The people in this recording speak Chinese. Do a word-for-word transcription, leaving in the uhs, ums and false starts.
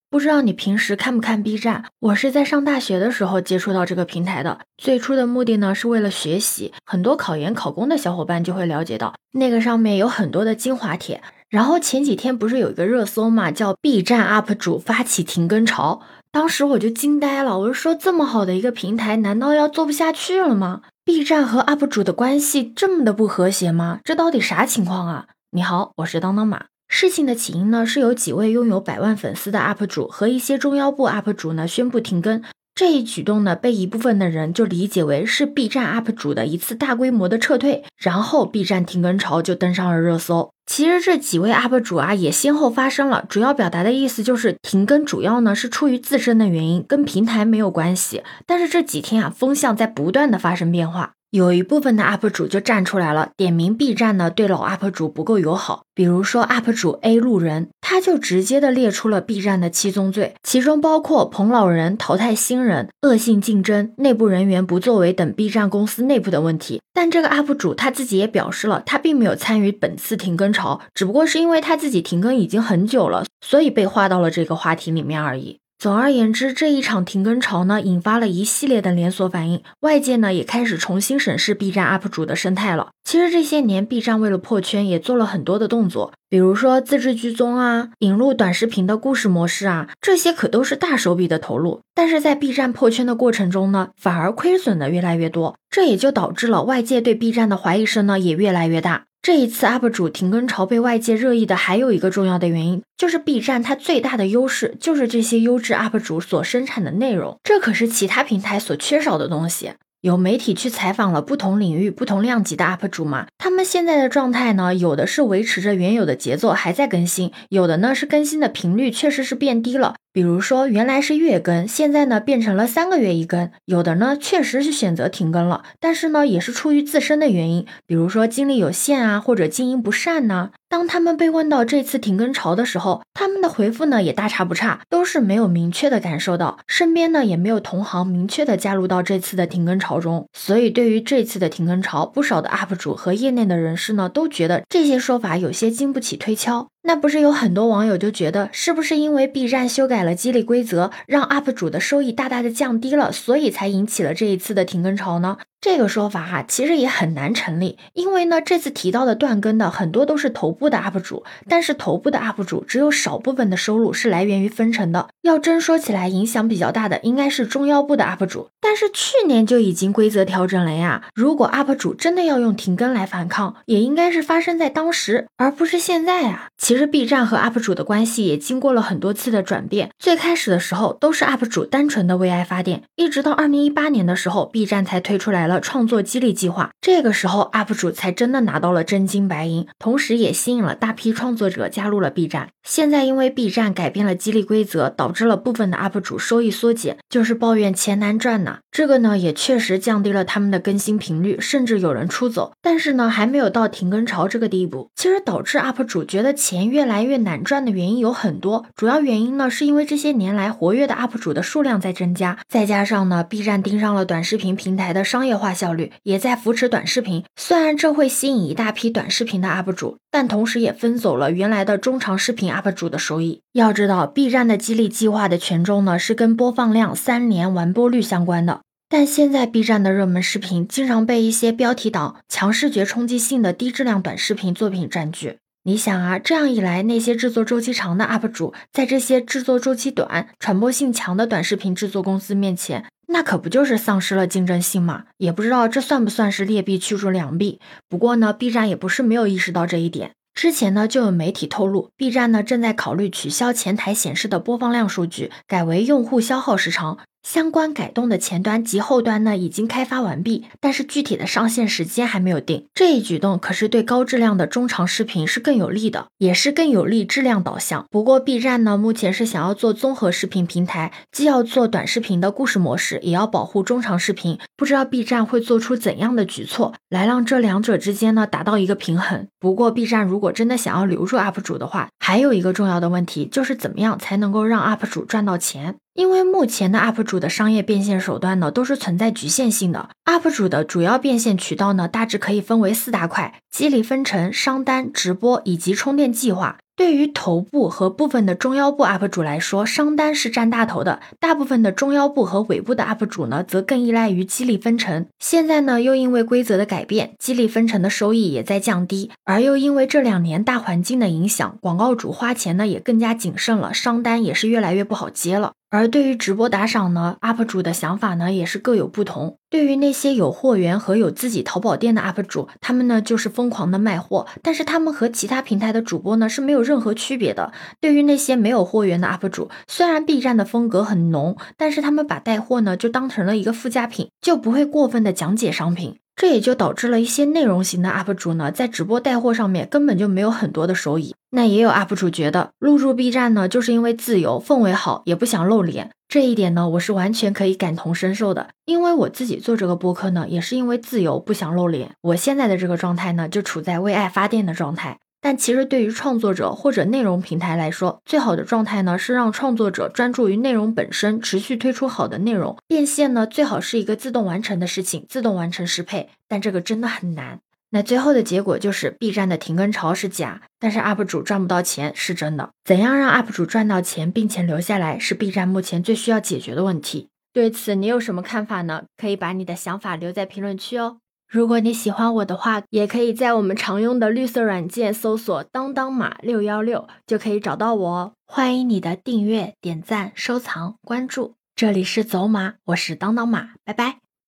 不知道你平时看不看 B 站？我是在上大学的时候接触到这个平台的。最初的目的呢是为了学习，很多考研考公的小伙伴就会了解到，那个上面有很多的精华帖。然后前几天不是有一个热搜嘛，叫 B 站 U P 主发起停更潮，当时我就惊呆了，我就说这么好的一个平台，难道要做不下去了吗？ B 站和 U P 主的关系这么的不和谐吗？这到底啥情况啊？你好，我是当当马。事情的起因呢，是有几位拥有百万粉丝的 U P 主和一些中腰部 U P 主呢宣布停更。这一举动呢，被一部分的人就理解为是 B 站 U P 主的一次大规模的撤退，然后 B 站停更潮就登上了热搜。其实这几位 U P 主啊也先后发声了，主要表达的意思就是停更主要呢是出于自身的原因，跟平台没有关系。但是这几天啊，风向在不断的发生变化。有一部分的 U P 主就站出来了，点名 B 站呢对老 U P 主不够友好。比如说 U P 主 A 路人，他就直接的列出了 B 站的七宗罪，其中包括捧老人、淘汰新人、恶性竞争、内部人员不作为等 B 站公司内部的问题。但这个 U P 主他自己也表示了，他并没有参与本次停更潮，只不过是因为他自己停更已经很久了，所以被划到了这个话题里面而已。总而言之，这一场停更潮呢，引发了一系列的连锁反应，外界呢也开始重新审视 B 站 U P 主的生态了。其实这些年 B 站为了破圈也做了很多的动作，比如说自制剧综啊，引入短视频的故事模式啊，这些可都是大手笔的投入。但是在 B 站破圈的过程中呢，反而亏损的越来越多，这也就导致了外界对 B 站的怀疑声呢也越来越大。这一次 U P 主停更潮被外界热议的还有一个重要的原因，就是 B 站它最大的优势就是这些优质 U P 主所生产的内容，这可是其他平台所缺少的东西。有媒体去采访了不同领域不同量级的 U P 主嘛，他们现在的状态呢，有的是维持着原有的节奏还在更新，有的呢是更新的频率确实是变低了，比如说原来是月更，现在呢变成了三个月一更，有的呢确实是选择停更了，但是呢也是出于自身的原因，比如说精力有限啊，或者经营不善呢。当他们被问到这次停更潮的时候，他们的回复呢也大差不差，都是没有明确的感受到，身边呢也没有同行明确的加入到这次的停更潮中。所以对于这次的停更潮，不少的 U P 主和业内的人士呢都觉得这些说法有些经不起推敲。那不是有很多网友就觉得，是不是因为 B 站修改了激励规则，让 U P 主的收益大大的降低了，所以才引起了这一次的停更潮呢？这个说法哈、啊，其实也很难成立，因为呢，这次提到的断更的很多都是头部的 U P 主，但是头部的 U P 主只有少部分的收入是来源于分成的。要真说起来，影响比较大的应该是中腰部的 U P 主，但是去年就已经规则调整了呀。如果 U P 主真的要用停更来反抗，也应该是发生在当时，而不是现在啊。其实 B 站和 U P 主的关系也经过了很多次的转变，最开始的时候都是 U P 主单纯的为爱发电，一直到二零一八年的时候 B 站才推出来了创作激励计划，这个时候 U P 主才真的拿到了真金白银，同时也吸引了大批创作者加入了 B 站。现在因为 B 站改变了激励规则，导致了部分的 U P 主收益缩减，就是抱怨钱难赚呐。这个呢也确实降低了他们的更新频率，甚至有人出走，但是呢还没有到停更潮这个地步。其实导致 U P 主觉得钱越来越难赚的原因有很多，主要原因呢是因为这些年来活跃的 U P 主的数量在增加，再加上呢 B 站盯上了短视频平台的商业化效率，也在扶持短视频。虽然这会吸引一大批短视频的 U P 主，但同时也分走了原来的中长视频 U P 主的收益。要知道 B 站的激励计划的权重呢是跟播放量、三连完播率相关的，但现在 B 站的热门视频经常被一些标题党、强视觉冲击性的低质量短视频作品占据。你想啊，这样一来，那些制作周期长的 U P 主在这些制作周期短、传播性强的短视频制作公司面前，那可不就是丧失了竞争性吗？也不知道这算不算是劣币驱逐良币。不过呢 B 站也不是没有意识到这一点。之前呢就有媒体透露 B 站呢正在考虑取消前台显示的播放量数据，改为用户消耗时长。相关改动的前端及后端呢已经开发完毕，但是具体的上线时间还没有定。这一举动可是对高质量的中长视频是更有利的，也是更有利质量导向。不过 B 站呢目前是想要做综合视频平台，既要做短视频的故事模式，也要保护中长视频。不知道 B 站会做出怎样的举措来让这两者之间呢达到一个平衡。不过 B 站如果真的想要留住 U P 主的话，还有一个重要的问题就是怎么样才能够让 U P 主赚到钱。因为目前的 U P 主的商业变现手段呢都是存在局限性的， U P 主的主要变现渠道呢大致可以分为四大块：激励分成、商单、直播以及充电计划。 对于头部和部分的中腰部 U P 主来说，商单是占大头的，大部分的中腰部和尾部的 U P 主呢，则更依赖于激励分成。现在呢，又因为规则的改变，激励分成的收益也在降低，而又因为这两年大环境的影响，广告主花钱呢也更加谨慎了，商单也是越来越不好接了。而对于直播打赏呢 ，U P 主的想法呢也是各有不同。对于那些有货源和有自己淘宝店的 U P 主，他们呢就是疯狂的卖货，但是他们和其他平台的主播呢是没有任何区别的。对于那些没有货源的 U P 主，虽然 B 站的风格很浓，但是他们把带货呢就当成了一个附加品，就不会过分的讲解商品。这也就导致了一些内容型的 U P 主呢，在直播带货上面根本就没有很多的收益。那也有 U P 主觉得入驻 B 站呢，就是因为自由，氛围好，也不想露脸。这一点呢，我是完全可以感同身受的，因为我自己做这个播客呢，也是因为自由，不想露脸。我现在的这个状态呢，就处在为爱发电的状态。但其实对于创作者或者内容平台来说，最好的状态呢是让创作者专注于内容本身，持续推出好的内容。变现呢最好是一个自动完成的事情，自动完成适配，但这个真的很难。那最后的结果就是 B 站的停更潮是假，但是 U P 主赚不到钱是真的。怎样让 U P 主赚到钱并且留下来，是 B 站目前最需要解决的问题。对此你有什么看法呢？可以把你的想法留在评论区哦。如果你喜欢我的话，也可以在我们常用的绿色软件搜索当当马六一六就可以找到我哦。欢迎你的订阅、点赞、收藏、关注。这里是走马，我是当当马，拜拜。